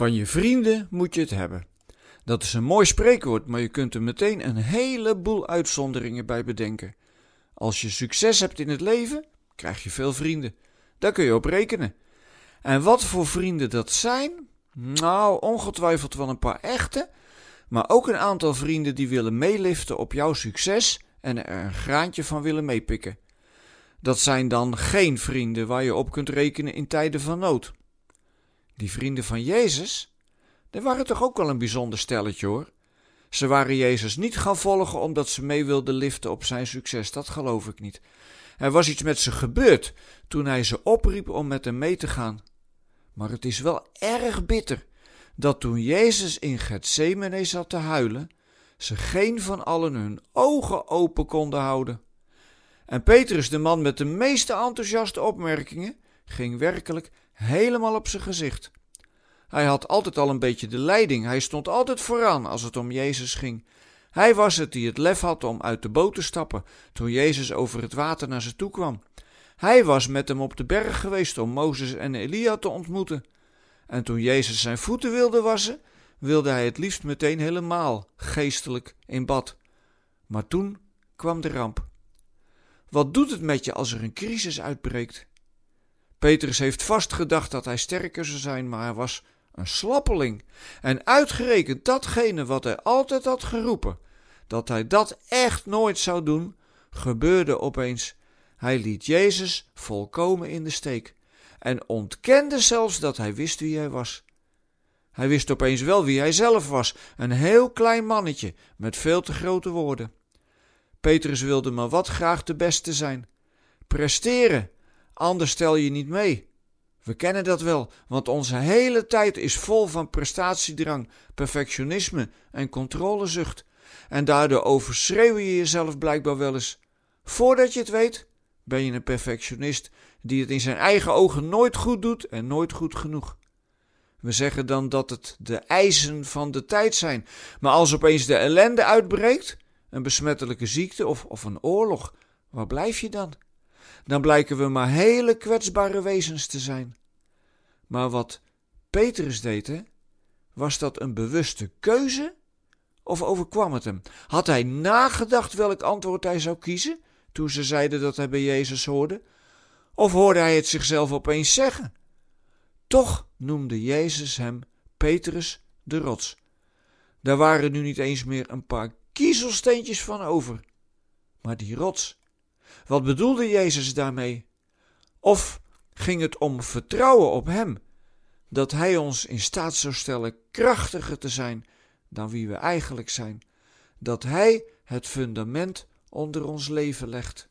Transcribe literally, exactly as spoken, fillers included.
Van je vrienden moet je het hebben. Dat is een mooi spreekwoord, maar je kunt er meteen een heleboel uitzonderingen bij bedenken. Als je succes hebt in het leven, krijg je veel vrienden. Daar kun je op rekenen. En wat voor vrienden dat zijn? Nou, ongetwijfeld wel een paar echte, maar ook een aantal vrienden die willen meeliften op jouw succes en er een graantje van willen meepikken. Dat zijn dan geen vrienden waar je op kunt rekenen in tijden van nood. Die vrienden van Jezus, dat waren toch ook wel een bijzonder stelletje hoor. Ze waren Jezus niet gaan volgen omdat ze mee wilden liften op zijn succes, dat geloof ik niet. Er was iets met ze gebeurd toen hij ze opriep om met hem mee te gaan. Maar het is wel erg bitter dat toen Jezus in Getsemane zat te huilen, ze geen van allen hun ogen open konden houden. En Petrus, de man met de meeste enthousiaste opmerkingen, ging werkelijk helemaal op zijn gezicht. Hij had altijd al een beetje de leiding, hij stond altijd vooraan als het om Jezus ging. Hij was het die het lef had om uit de boot te stappen toen Jezus over het water naar ze toe kwam. Hij was met hem op de berg geweest om Mozes en Elia te ontmoeten. En toen Jezus zijn voeten wilde wassen, wilde hij het liefst meteen helemaal geestelijk in bad. Maar toen kwam de ramp. Wat doet het met je als er een crisis uitbreekt? Petrus heeft vast gedacht dat hij sterker zou zijn, maar hij was een slappeling. En uitgerekend datgene wat hij altijd had geroepen, dat hij dat echt nooit zou doen, gebeurde opeens. Hij liet Jezus volkomen in de steek en ontkende zelfs dat hij wist wie hij was. Hij wist opeens wel wie hij zelf was, een heel klein mannetje met veel te grote woorden. Petrus wilde maar wat graag de beste zijn. Presteren, anders stel je niet mee. We kennen dat wel, want onze hele tijd is vol van prestatiedrang, perfectionisme en controlezucht. En daardoor overschreeuw je jezelf blijkbaar wel eens. Voordat je het weet, ben je een perfectionist die het in zijn eigen ogen nooit goed doet en nooit goed genoeg. We zeggen dan dat het de eisen van de tijd zijn, maar als opeens de ellende uitbreekt, een besmettelijke ziekte of, of een oorlog, waar blijf je dan? Dan blijken we maar hele kwetsbare wezens te zijn. Maar wat Petrus deed, hè, was dat een bewuste keuze? Of overkwam het hem? Had hij nagedacht welk antwoord hij zou kiezen toen ze zeiden dat hij bij Jezus hoorde? Of hoorde hij het zichzelf opeens zeggen? Toch noemde Jezus hem Petrus de rots. Daar waren nu niet eens meer een paar kiezelsteentjes van over. Maar die rots, wat bedoelde Jezus daarmee? Of ging het om vertrouwen op hem, dat hij ons in staat zou stellen krachtiger te zijn dan wie we eigenlijk zijn, dat hij het fundament onder ons leven legt?